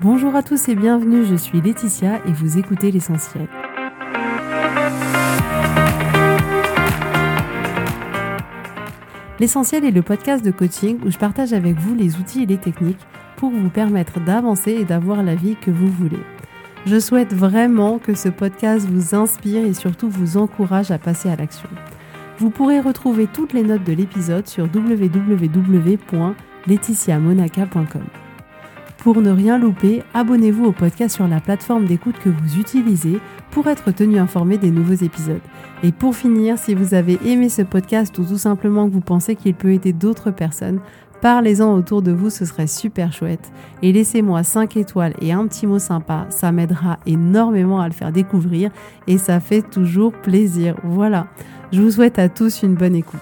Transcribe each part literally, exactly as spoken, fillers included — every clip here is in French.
Bonjour à tous et bienvenue, je suis Laetitia et vous écoutez L'Essentiel. L'Essentiel est le podcast de coaching où je partage avec vous les outils et les techniques pour vous permettre d'avancer et d'avoir la vie que vous voulez. Je souhaite vraiment que ce podcast vous inspire et surtout vous encourage à passer à l'action. Vous pourrez retrouver toutes les notes de l'épisode sur w w w point laetitia monaca point com. Pour ne rien louper, abonnez-vous au podcast sur la plateforme d'écoute que vous utilisez pour être tenu informé des nouveaux épisodes. Et pour finir, si vous avez aimé ce podcast ou tout simplement que vous pensez qu'il peut aider d'autres personnes, parlez-en autour de vous, ce serait super chouette. Et laissez-moi cinq étoiles et un petit mot sympa, ça m'aidera énormément à le faire découvrir et ça fait toujours plaisir. Voilà, je vous souhaite à tous une bonne écoute.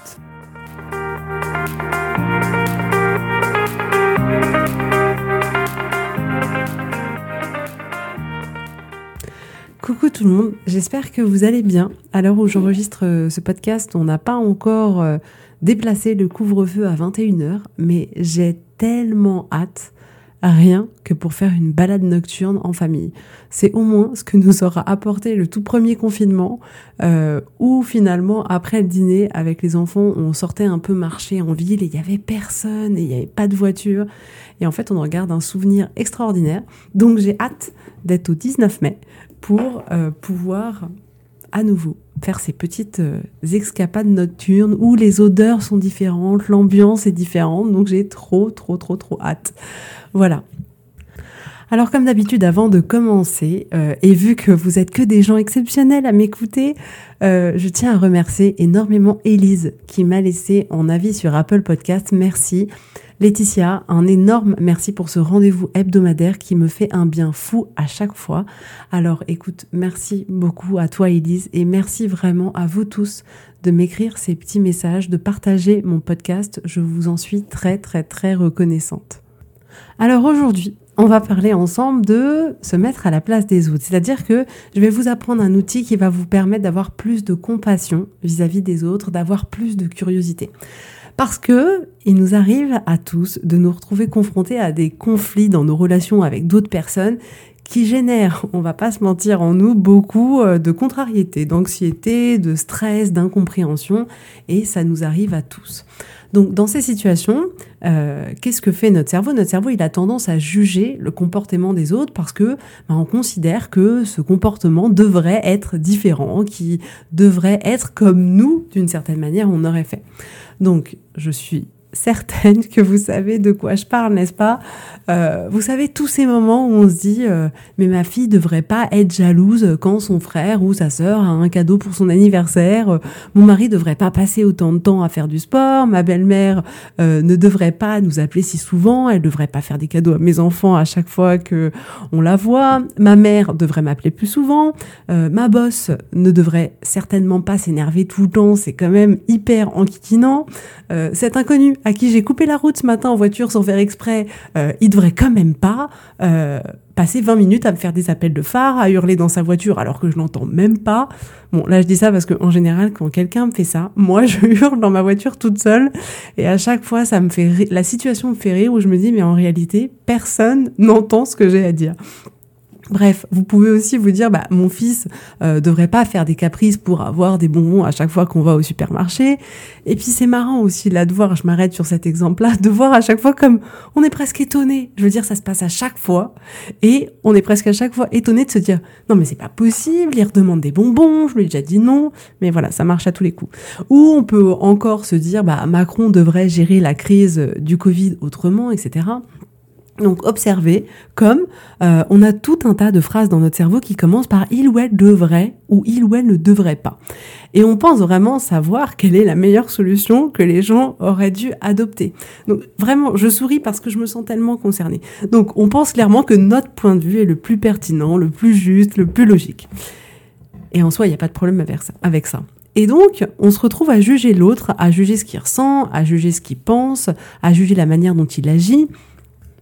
Coucou tout le monde, j'espère que vous allez bien. À l'heure où j'enregistre ce podcast, on n'a pas encore déplacé le couvre-feu à vingt et une heures, mais j'ai tellement hâte, rien que pour faire une balade nocturne en famille. C'est au moins ce que nous aura apporté le tout premier confinement, euh, où finalement, après le dîner, avec les enfants, on sortait un peu marcher en ville et il n'y avait personne et il n'y avait pas de voiture. Et en fait, on en garde un souvenir extraordinaire. Donc j'ai hâte d'être au dix-neuf mai pour euh, pouvoir à nouveau faire ces petites euh, escapades nocturnes où les odeurs sont différentes, l'ambiance est différente, donc j'ai trop, trop, trop, trop hâte. Voilà. Alors comme d'habitude, avant de commencer, euh, et vu que vous êtes que des gens exceptionnels à m'écouter, euh, je tiens à remercier énormément Élise qui m'a laissé en avis sur Apple Podcast. Merci. Laetitia, un énorme merci pour ce rendez-vous hebdomadaire qui me fait un bien fou à chaque fois. Alors écoute, merci beaucoup à toi Élise et merci vraiment à vous tous de m'écrire ces petits messages, de partager mon podcast. Je vous en suis très très très reconnaissante. Alors aujourd'hui, on va parler ensemble de se mettre à la place des autres. C'est-à-dire que je vais vous apprendre un outil qui va vous permettre d'avoir plus de compassion vis-à-vis des autres, d'avoir plus de curiosité. Parce que il nous arrive à tous de nous retrouver confrontés à des conflits dans nos relations avec d'autres personnes qui génèrent, on va pas se mentir, en nous beaucoup de contrariété, d'anxiété, de stress, d'incompréhension, et ça nous arrive à tous. Donc dans ces situations, euh, qu'est-ce que fait notre cerveau ? Notre cerveau, il a tendance à juger le comportement des autres parce que bah, on considère que ce comportement devrait être différent, qui devrait être comme nous, d'une certaine manière, on aurait fait. Donc je suis certaine que vous savez de quoi je parle, n'est-ce pas ? euh, Vous savez tous ces moments où on se dit euh, « mais ma fille devrait pas être jalouse quand son frère ou sa sœur a un cadeau pour son anniversaire, euh, mon mari devrait pas passer autant de temps à faire du sport, ma belle-mère euh, ne devrait pas nous appeler si souvent, elle devrait pas faire des cadeaux à mes enfants à chaque fois que on la voit, ma mère devrait m'appeler plus souvent, euh, ma boss ne devrait certainement pas s'énerver tout le temps, c'est quand même hyper enquiquinant, euh, cet inconnu à qui j'ai coupé la route ce matin en voiture sans faire exprès, euh, il devrait quand même pas euh, passer vingt minutes à me faire des appels de phare, à hurler dans sa voiture alors que je l'entends même pas. Bon, là je dis ça parce que en général quand quelqu'un me fait ça, moi je hurle dans ma voiture toute seule et à chaque fois ça me fait ri- la situation me fait rire où je me dis mais en réalité personne n'entend ce que j'ai à dire. Bref, vous pouvez aussi vous dire, bah, mon fils euh, devrait pas faire des caprices pour avoir des bonbons à chaque fois qu'on va au supermarché. Et puis c'est marrant aussi là de voir, je m'arrête sur cet exemple-là, de voir à chaque fois comme on est presque étonné. Je veux dire, ça se passe à chaque fois et on est presque à chaque fois étonné de se dire, non mais c'est pas possible, il redemande des bonbons, je lui ai déjà dit non. Mais voilà, ça marche à tous les coups. Ou on peut encore se dire, bah Macron devrait gérer la crise du Covid autrement, et cetera. Donc observez comme euh, on a tout un tas de phrases dans notre cerveau qui commencent par il ou elle devrait ou il ou elle ne devrait pas. Et on pense vraiment savoir quelle est la meilleure solution que les gens auraient dû adopter. Donc vraiment, je souris parce que je me sens tellement concernée. Donc on pense clairement que notre point de vue est le plus pertinent, le plus juste, le plus logique. Et en soi, il n'y a pas de problème avec ça. Avec ça. Et donc, on se retrouve à juger l'autre, à juger ce qu'il ressent, à juger ce qu'il pense, à juger la manière dont il agit.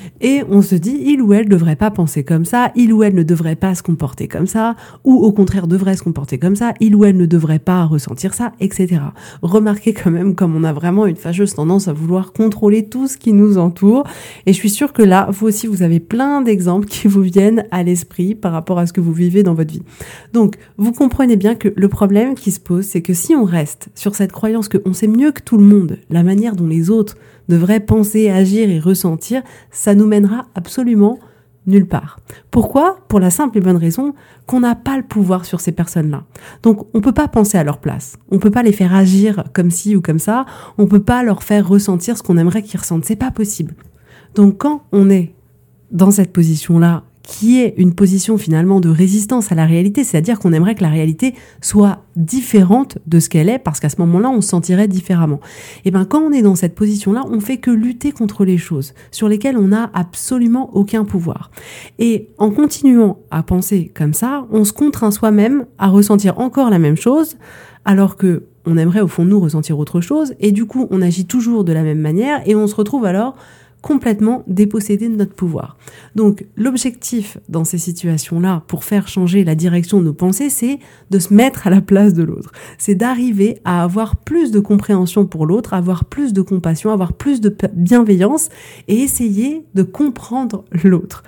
Et on se dit, il ou elle ne devrait pas penser comme ça, il ou elle ne devrait pas se comporter comme ça, ou au contraire devrait se comporter comme ça, il ou elle ne devrait pas ressentir ça, et cetera. Remarquez quand même comme on a vraiment une fâcheuse tendance à vouloir contrôler tout ce qui nous entoure. Et je suis sûre que là, vous aussi, vous avez plein d'exemples qui vous viennent à l'esprit par rapport à ce que vous vivez dans votre vie. Donc, vous comprenez bien que le problème qui se pose, c'est que si on reste sur cette croyance qu'on sait mieux que tout le monde la manière dont les autres devraient penser, agir et ressentir, ça nous mènera absolument nulle part. Pourquoi ? Pour la simple et bonne raison qu'on n'a pas le pouvoir sur ces personnes-là. Donc, on peut pas penser à leur place. On peut pas les faire agir comme ci ou comme ça. On peut pas leur faire ressentir ce qu'on aimerait qu'ils ressentent. C'est pas possible. Donc, quand on est dans cette position-là, qui est une position finalement de résistance à la réalité, c'est-à-dire qu'on aimerait que la réalité soit différente de ce qu'elle est, parce qu'à ce moment-là, on se sentirait différemment. Et bien, quand on est dans cette position-là, on fait que lutter contre les choses sur lesquelles on n'a absolument aucun pouvoir. Et en continuant à penser comme ça, on se contraint soi-même à ressentir encore la même chose, alors que on aimerait au fond de nous ressentir autre chose, et du coup, on agit toujours de la même manière, et on se retrouve alors complètement dépossédé de notre pouvoir. Donc, l'objectif dans ces situations-là, pour faire changer la direction de nos pensées, c'est de se mettre à la place de l'autre. C'est d'arriver à avoir plus de compréhension pour l'autre, avoir plus de compassion, avoir plus de bienveillance et essayer de comprendre l'autre.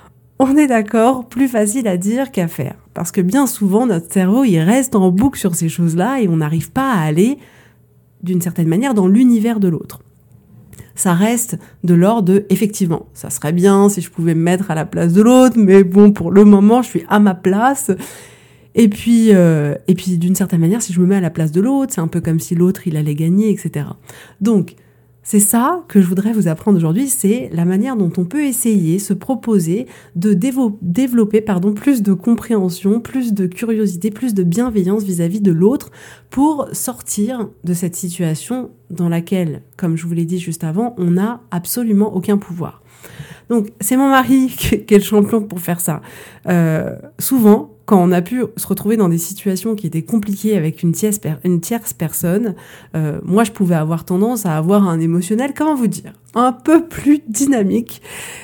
On est d'accord, plus facile à dire qu'à faire. Parce que bien souvent, notre cerveau, il reste en boucle sur ces choses-là et on n'arrive pas à aller, d'une certaine manière, dans l'univers de l'autre. Ça reste de l'ordre de, effectivement, ça serait bien si je pouvais me mettre à la place de l'autre, mais bon, pour le moment, je suis à ma place. Et puis, euh, et puis d'une certaine manière, si je me mets à la place de l'autre, c'est un peu comme si l'autre, il allait gagner, et cetera. Donc, c'est ça que je voudrais vous apprendre aujourd'hui, c'est la manière dont on peut essayer, se proposer de dévo- développer pardon, plus de compréhension, plus de curiosité, plus de bienveillance vis-à-vis de l'autre pour sortir de cette situation dans laquelle, comme je vous l'ai dit juste avant, on n'a absolument aucun pouvoir. Donc, c'est mon mari qui est le champion pour faire ça. Euh, souvent, quand on a pu se retrouver dans des situations qui étaient compliquées avec une tierce, per- une tierce personne, euh, moi, je pouvais avoir tendance à avoir un émotionnel, comment vous dire, un peu plus dynamique.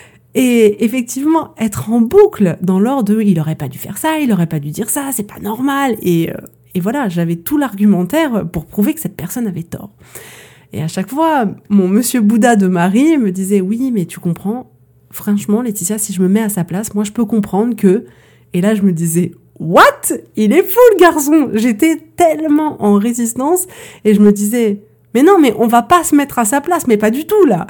Et effectivement, être en boucle dans l'ordre de « il aurait pas dû faire ça, il aurait pas dû dire ça, c'est pas normal ». Et, euh, et voilà, j'avais tout l'argumentaire pour prouver que cette personne avait tort. Et à chaque fois, mon monsieur Bouddha de mari me disait « oui, mais tu comprends, franchement, Laetitia, si je me mets à sa place, moi, je peux comprendre que… » Et là, je me disais, what? Il est fou, le garçon! J'étais tellement en résistance et je me disais, mais non, mais on va pas se mettre à sa place, mais pas du tout, là.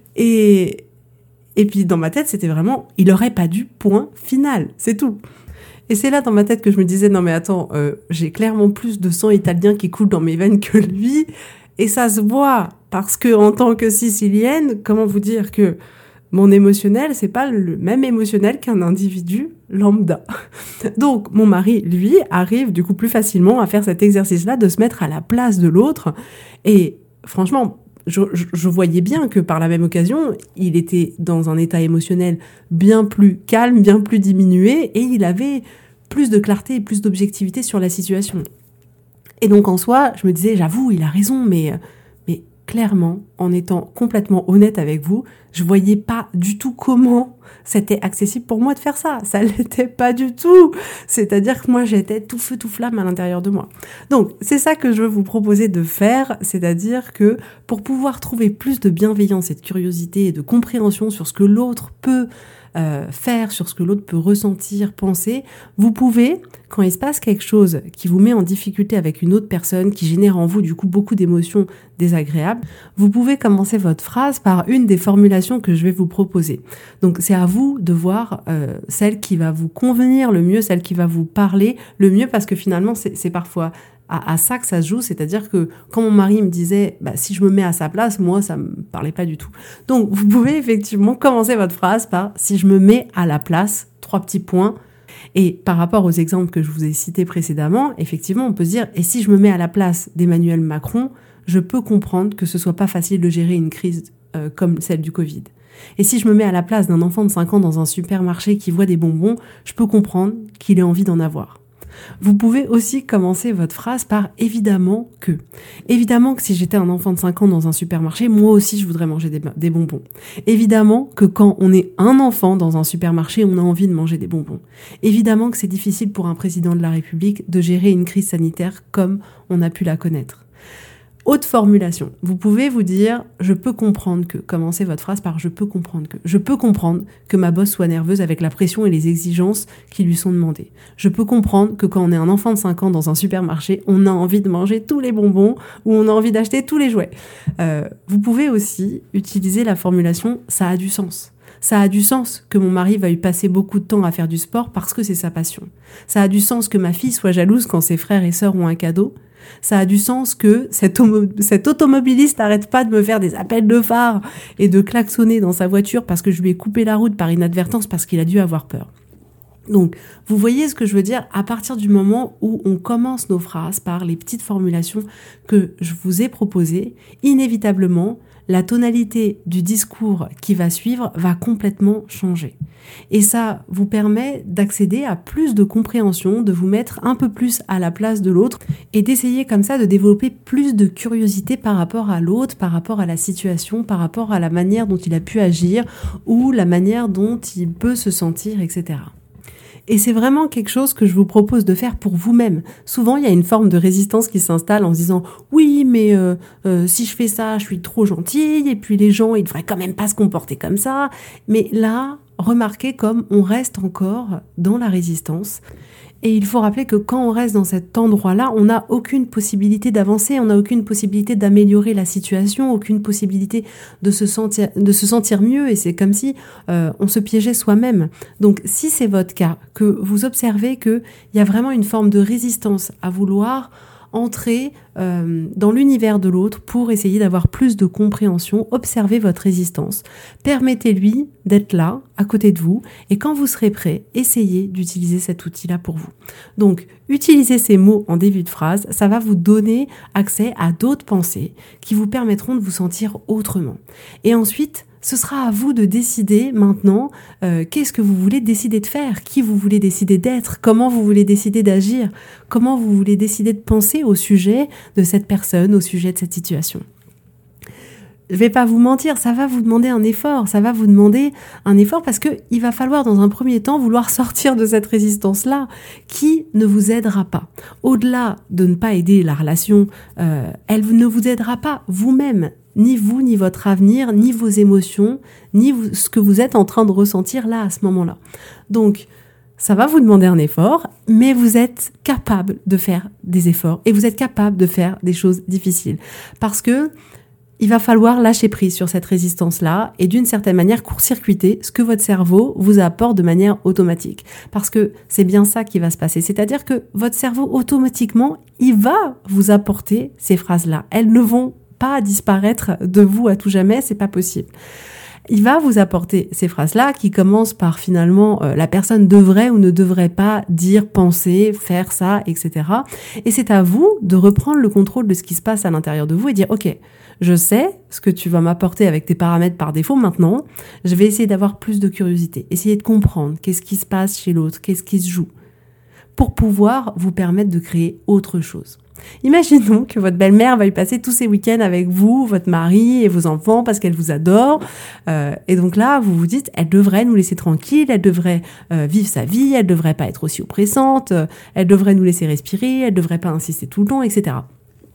Et, et puis, dans ma tête, c'était vraiment, il aurait pas dû, point final. C'est tout. Et c'est là, dans ma tête, que je me disais, non, mais attends, euh, j'ai clairement plus de sang italien qui coule dans mes veines que lui. Et ça se voit. Parce que, en tant que sicilienne, comment vous dire que mon émotionnel, c'est pas le même émotionnel qu'un individu lambda. Donc, mon mari, lui, arrive du coup plus facilement à faire cet exercice-là de se mettre à la place de l'autre. Et franchement, je, je, je voyais bien que par la même occasion, il était dans un état émotionnel bien plus calme, bien plus diminué, et il avait plus de clarté et plus d'objectivité sur la situation. Et donc, en soi, je me disais, j'avoue, il a raison, mais... clairement, en étant complètement honnête avec vous, je voyais pas du tout comment c'était accessible pour moi de faire ça. Ça l'était pas du tout. C'est-à-dire que moi, j'étais tout feu, tout flamme à l'intérieur de moi. Donc, c'est ça que je veux vous proposer de faire. C'est-à-dire que pour pouvoir trouver plus de bienveillance et de curiosité et de compréhension sur ce que l'autre peut Euh, faire, sur ce que l'autre peut ressentir, penser, vous pouvez, quand il se passe quelque chose qui vous met en difficulté avec une autre personne, qui génère en vous du coup beaucoup d'émotions désagréables, vous pouvez commencer votre phrase par une des formulations que je vais vous proposer. Donc c'est à vous de voir euh, celle qui va vous convenir le mieux, celle qui va vous parler le mieux, parce que finalement c'est, c'est parfois À, à ça que ça se joue, c'est-à-dire que quand mon mari me disait bah, si je me mets à sa place, moi ça me parlait pas du tout. Donc vous pouvez effectivement commencer votre phrase par si je me mets à la place, trois petits points. Et par rapport aux exemples que je vous ai cités précédemment, effectivement on peut se dire et si je me mets à la place d'Emmanuel Macron, je peux comprendre que ce soit pas facile de gérer une crise euh, comme celle du Covid. Et si je me mets à la place d'un enfant de cinq ans dans un supermarché qui voit des bonbons, je peux comprendre qu'il ait envie d'en avoir. Vous pouvez aussi commencer votre phrase par « évidemment que ». Évidemment que si j'étais un enfant de cinq ans dans un supermarché, moi aussi je voudrais manger des, des bonbons. Évidemment que quand on est un enfant dans un supermarché, on a envie de manger des bonbons. Évidemment que c'est difficile pour un président de la République de gérer une crise sanitaire comme on a pu la connaître. Haute formulation. Vous pouvez vous dire « je peux comprendre que ». Commencez votre phrase par « je peux comprendre que ». Je peux comprendre que ma boss soit nerveuse avec la pression et les exigences qui lui sont demandées. Je peux comprendre que quand on est un enfant de cinq ans dans un supermarché, on a envie de manger tous les bonbons ou on a envie d'acheter tous les jouets. Euh, vous pouvez aussi utiliser la formulation « ça a du sens ». Ça a du sens que mon mari veuille passer beaucoup de temps à faire du sport parce que c'est sa passion. Ça a du sens que ma fille soit jalouse quand ses frères et sœurs ont un cadeau. Ça a du sens que cet, homo- cet automobiliste n'arrête pas de me faire des appels de phare et de klaxonner dans sa voiture parce que je lui ai coupé la route par inadvertance parce qu'il a dû avoir peur. Donc, vous voyez ce que je veux dire à partir du moment où on commence nos phrases par les petites formulations que je vous ai proposées, inévitablement, la tonalité du discours qui va suivre va complètement changer. Et ça vous permet d'accéder à plus de compréhension, de vous mettre un peu plus à la place de l'autre et d'essayer comme ça de développer plus de curiosité par rapport à l'autre, par rapport à la situation, par rapport à la manière dont il a pu agir ou la manière dont il peut se sentir, et cetera. Et c'est vraiment quelque chose que je vous propose de faire pour vous-même. Souvent, il y a une forme de résistance qui s'installe en se disant « oui, mais euh, euh, si je fais ça, je suis trop gentille, et puis les gens, ils devraient quand même pas se comporter comme ça. » Mais là, remarquez comme on reste encore dans la résistance. Et il faut rappeler que quand on reste dans cet endroit-là, on n'a aucune possibilité d'avancer, on n'a aucune possibilité d'améliorer la situation, aucune possibilité de se sentir, de se sentir mieux. Et c'est comme si euh, on se piégeait soi-même. Donc si c'est votre cas, que vous observez qu'il y a vraiment une forme de résistance à vouloir entrer euh, dans l'univers de l'autre pour essayer d'avoir plus de compréhension, observez votre résistance, permettez-lui d'être là, à côté de vous, et quand vous serez prêt, essayez d'utiliser cet outil-là pour vous. Donc, utilisez ces mots en début de phrase, ça va vous donner accès à d'autres pensées qui vous permettront de vous sentir autrement. Et ensuite, ce sera à vous de décider maintenant euh, qu'est-ce que vous voulez décider de faire, qui vous voulez décider d'être, comment vous voulez décider d'agir, comment vous voulez décider de penser au sujet de cette personne, au sujet de cette situation. Je vais pas vous mentir, ça va vous demander un effort, ça va vous demander un effort parce que il va falloir dans un premier temps vouloir sortir de cette résistance-là qui ne vous aidera pas. Au-delà de ne pas aider la relation, euh, elle ne vous aidera pas vous-même, ni vous, ni votre avenir, ni vos émotions, ni vous, ce que vous êtes en train de ressentir là à ce moment-là. Donc, ça va vous demander un effort, mais vous êtes capable de faire des efforts et vous êtes capable de faire des choses difficiles parce que il va falloir lâcher prise sur cette résistance-là et d'une certaine manière court-circuiter ce que votre cerveau vous apporte de manière automatique. Parce que c'est bien ça qui va se passer. C'est-à-dire que votre cerveau, automatiquement, il va vous apporter ces phrases-là. Elles ne vont pas disparaître de vous à tout jamais, c'est pas possible. Il va vous apporter ces phrases-là qui commencent par finalement euh, la personne devrait ou ne devrait pas dire, penser, faire ça, et cetera. Et c'est à vous de reprendre le contrôle de ce qui se passe à l'intérieur de vous et dire « Ok, je sais ce que tu vas m'apporter avec tes paramètres par défaut maintenant, je vais essayer d'avoir plus de curiosité, essayer de comprendre qu'est-ce qui se passe chez l'autre, qu'est-ce qui se joue, pour pouvoir vous permettre de créer autre chose. » Imaginons que votre belle-mère va y passer tous ses week-ends avec vous, votre mari et vos enfants parce qu'elle vous adore. Euh, et donc là, vous vous dites, elle devrait nous laisser tranquille, elle devrait euh, vivre sa vie, elle devrait pas être aussi oppressante, euh, elle devrait nous laisser respirer, elle devrait pas insister tout le temps, et cetera.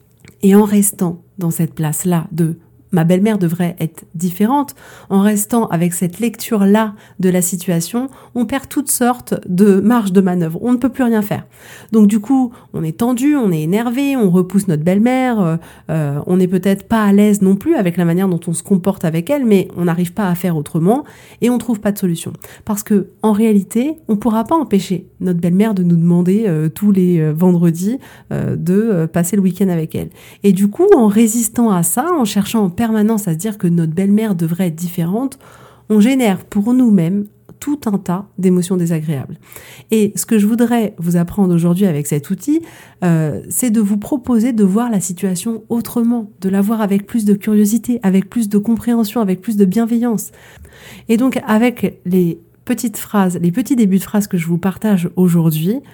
Et en restant dans cette place-là de ma belle-mère devrait être différente, en restant avec cette lecture-là de la situation, on perd toutes sortes de marge de manœuvre. On ne peut plus rien faire. Donc du coup, on est tendu, on est énervé, on repousse notre belle-mère, euh, euh, on n'est peut-être pas à l'aise non plus avec la manière dont on se comporte avec elle, mais on n'arrive pas à faire autrement et on trouve pas de solution. Parce que en réalité, on pourra pas empêcher notre belle-mère de nous demander euh, tous les euh, vendredis euh, de euh, passer le week-end avec elle. Et du coup, en résistant à ça, en cherchant en permanence à se dire que notre belle-mère devrait être différente, on génère pour nous-mêmes tout un tas d'émotions désagréables. Et ce que je voudrais vous apprendre aujourd'hui avec cet outil, euh, c'est de vous proposer de voir la situation autrement, de la voir avec plus de curiosité, avec plus de compréhension, avec plus de bienveillance. Et donc, avec les petites phrases, les petits débuts de phrases que je vous partage aujourd'hui,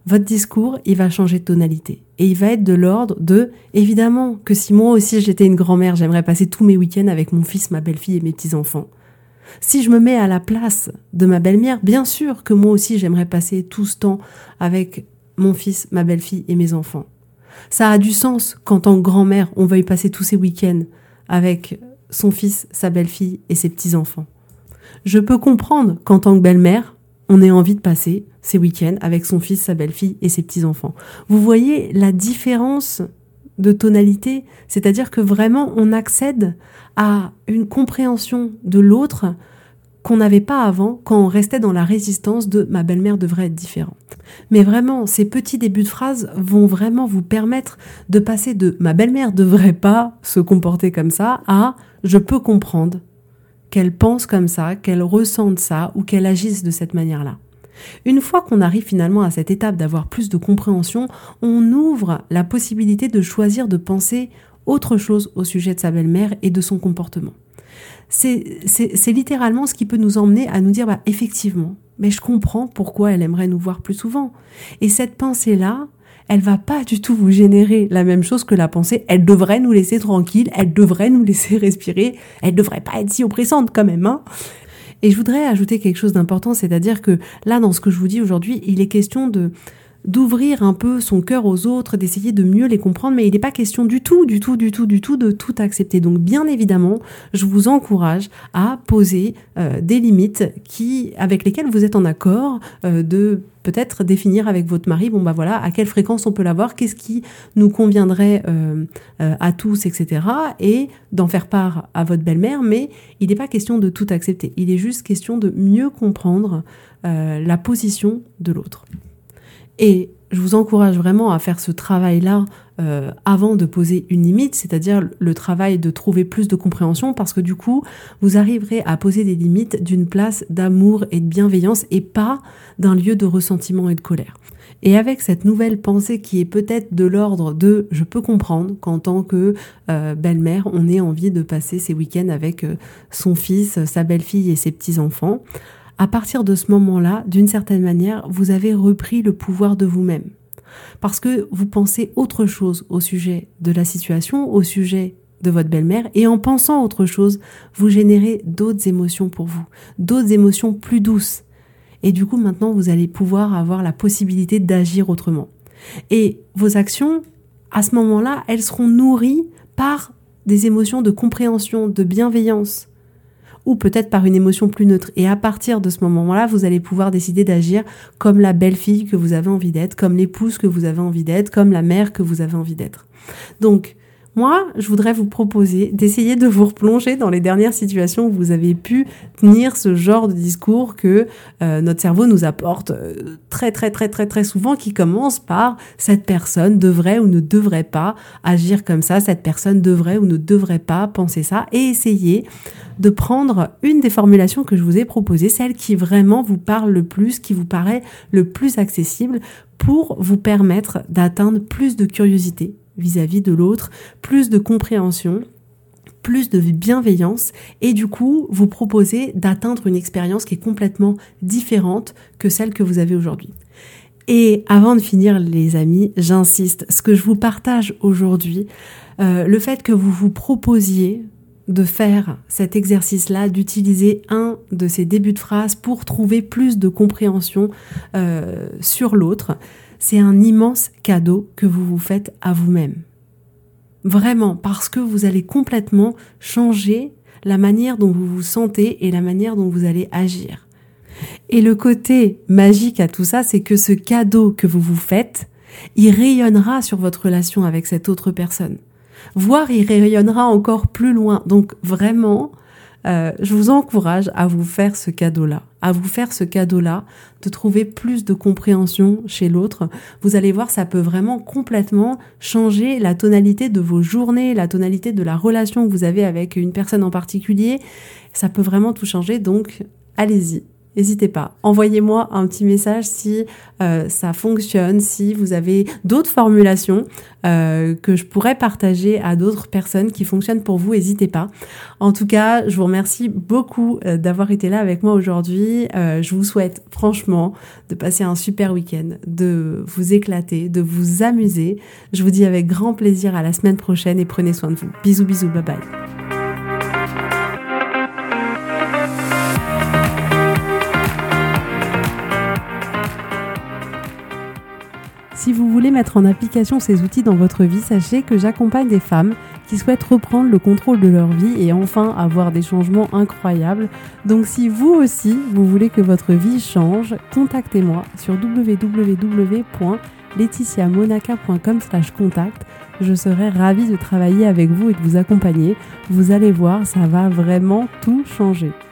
votre discours, il va changer de tonalité. Et il va être de l'ordre de, évidemment, que si moi aussi j'étais une grand-mère, j'aimerais passer tous mes week-ends avec mon fils, ma belle-fille et mes petits-enfants. Si je me mets à la place de ma belle-mère, bien sûr que moi aussi j'aimerais passer tout ce temps avec mon fils, ma belle-fille et mes enfants. Ça a du sens qu'en tant que grand-mère, on veuille passer tous ces week-ends avec son fils, sa belle-fille et ses petits-enfants. Je peux comprendre qu'en tant que belle-mère, on ait envie de passer ses week-ends avec son fils, sa belle-fille et ses petits-enfants. Vous voyez la différence de tonalité, c'est-à-dire que vraiment on accède à une compréhension de l'autre qu'on n'avait pas avant quand on restait dans la résistance de « ma belle-mère devrait être différente ». Mais vraiment, ces petits débuts de phrases vont vraiment vous permettre de passer de « ma belle-mère devrait pas se comporter comme ça » à « je peux comprendre qu'elle pense comme ça, qu'elle ressente ça ou qu'elle agisse de cette manière-là ». Une fois qu'on arrive finalement à cette étape d'avoir plus de compréhension, on ouvre la possibilité de choisir de penser autre chose au sujet de sa belle-mère et de son comportement. C'est, c'est, c'est littéralement ce qui peut nous emmener à nous dire bah, « effectivement, mais je comprends pourquoi elle aimerait nous voir plus souvent ». Et cette pensée-là, elle va pas du tout vous générer la même chose que la pensée « elle devrait nous laisser tranquille, elle devrait nous laisser respirer, elle devrait pas être si oppressante quand même hein ». Et je voudrais ajouter quelque chose d'important, c'est-à-dire que là, dans ce que je vous dis aujourd'hui, il est question de d'ouvrir un peu son cœur aux autres, d'essayer de mieux les comprendre, mais il n'est pas question du tout, du tout, du tout, du tout de tout accepter. Donc bien évidemment, je vous encourage à poser euh, des limites qui, avec lesquelles vous êtes en accord, euh, de peut-être définir avec votre mari, bon bah voilà, à quelle fréquence on peut l'avoir, qu'est-ce qui nous conviendrait euh, euh, à tous, et cetera. Et d'en faire part à votre belle-mère, mais il n'est pas question de tout accepter. Il est juste question de mieux comprendre euh, la position de l'autre. Et je vous encourage vraiment à faire ce travail-là euh, avant de poser une limite, c'est-à-dire le travail de trouver plus de compréhension, parce que du coup, vous arriverez à poser des limites d'une place d'amour et de bienveillance et pas d'un lieu de ressentiment et de colère. Et avec cette nouvelle pensée qui est peut-être de l'ordre de « je peux comprendre qu'en tant que euh, belle-mère, on ait envie de passer ses week-ends avec euh, son fils, sa belle-fille et ses petits-enfants », à partir de ce moment-là, d'une certaine manière, vous avez repris le pouvoir de vous-même. Parce que vous pensez autre chose au sujet de la situation, au sujet de votre belle-mère, et en pensant autre chose, vous générez d'autres émotions pour vous, d'autres émotions plus douces. Et du coup, maintenant, vous allez pouvoir avoir la possibilité d'agir autrement. Et vos actions, à ce moment-là, elles seront nourries par des émotions de compréhension, de bienveillance, ou peut-être par une émotion plus neutre. Et à partir de ce moment-là, vous allez pouvoir décider d'agir comme la belle-fille que vous avez envie d'être, comme l'épouse que vous avez envie d'être, comme la mère que vous avez envie d'être. Donc, moi, je voudrais vous proposer d'essayer de vous replonger dans les dernières situations où vous avez pu tenir ce genre de discours que euh, notre cerveau nous apporte euh, très, très, très, très, très souvent, qui commence par « cette personne devrait ou ne devrait pas agir comme ça, cette personne devrait ou ne devrait pas penser ça » et essayer de prendre une des formulations que je vous ai proposées, celle qui vraiment vous parle le plus, qui vous paraît le plus accessible pour vous permettre d'atteindre plus de curiosité vis-à-vis de l'autre, plus de compréhension, plus de bienveillance et du coup vous proposer d'atteindre une expérience qui est complètement différente que celle que vous avez aujourd'hui. Et avant de finir les amis, j'insiste, ce que je vous partage aujourd'hui, euh, le fait que vous vous proposiez de faire cet exercice-là, d'utiliser un de ces débuts de phrase pour trouver plus de compréhension euh, sur l'autre, c'est un immense cadeau que vous vous faites à vous-même. Vraiment, parce que vous allez complètement changer la manière dont vous vous sentez et la manière dont vous allez agir. Et le côté magique à tout ça, c'est que ce cadeau que vous vous faites, il rayonnera sur votre relation avec cette autre personne. Voire il rayonnera encore plus loin. Donc vraiment, euh, je vous encourage à vous faire ce cadeau-là, à vous faire ce cadeau-là, de trouver plus de compréhension chez l'autre. Vous allez voir, ça peut vraiment complètement changer la tonalité de vos journées, la tonalité de la relation que vous avez avec une personne en particulier. Ça peut vraiment tout changer, donc allez-y. n'hésitez pas. Envoyez-moi un petit message si euh, ça fonctionne, si vous avez d'autres formulations euh, que je pourrais partager à d'autres personnes qui fonctionnent pour vous, n'hésitez pas. En tout cas, je vous remercie beaucoup euh, d'avoir été là avec moi aujourd'hui. Euh, je vous souhaite franchement de passer un super week-end, de vous éclater, de vous amuser. Je vous dis avec grand plaisir à la semaine prochaine et prenez soin de vous. Bisous, bisous, bye bye. Si vous voulez mettre en application ces outils dans votre vie, sachez que j'accompagne des femmes qui souhaitent reprendre le contrôle de leur vie et enfin avoir des changements incroyables. Donc si vous aussi, vous voulez que votre vie change, contactez-moi sur w w w point laetitia monaca point com slash contact. Je serai ravie de travailler avec vous et de vous accompagner. Vous allez voir, ça va vraiment tout changer.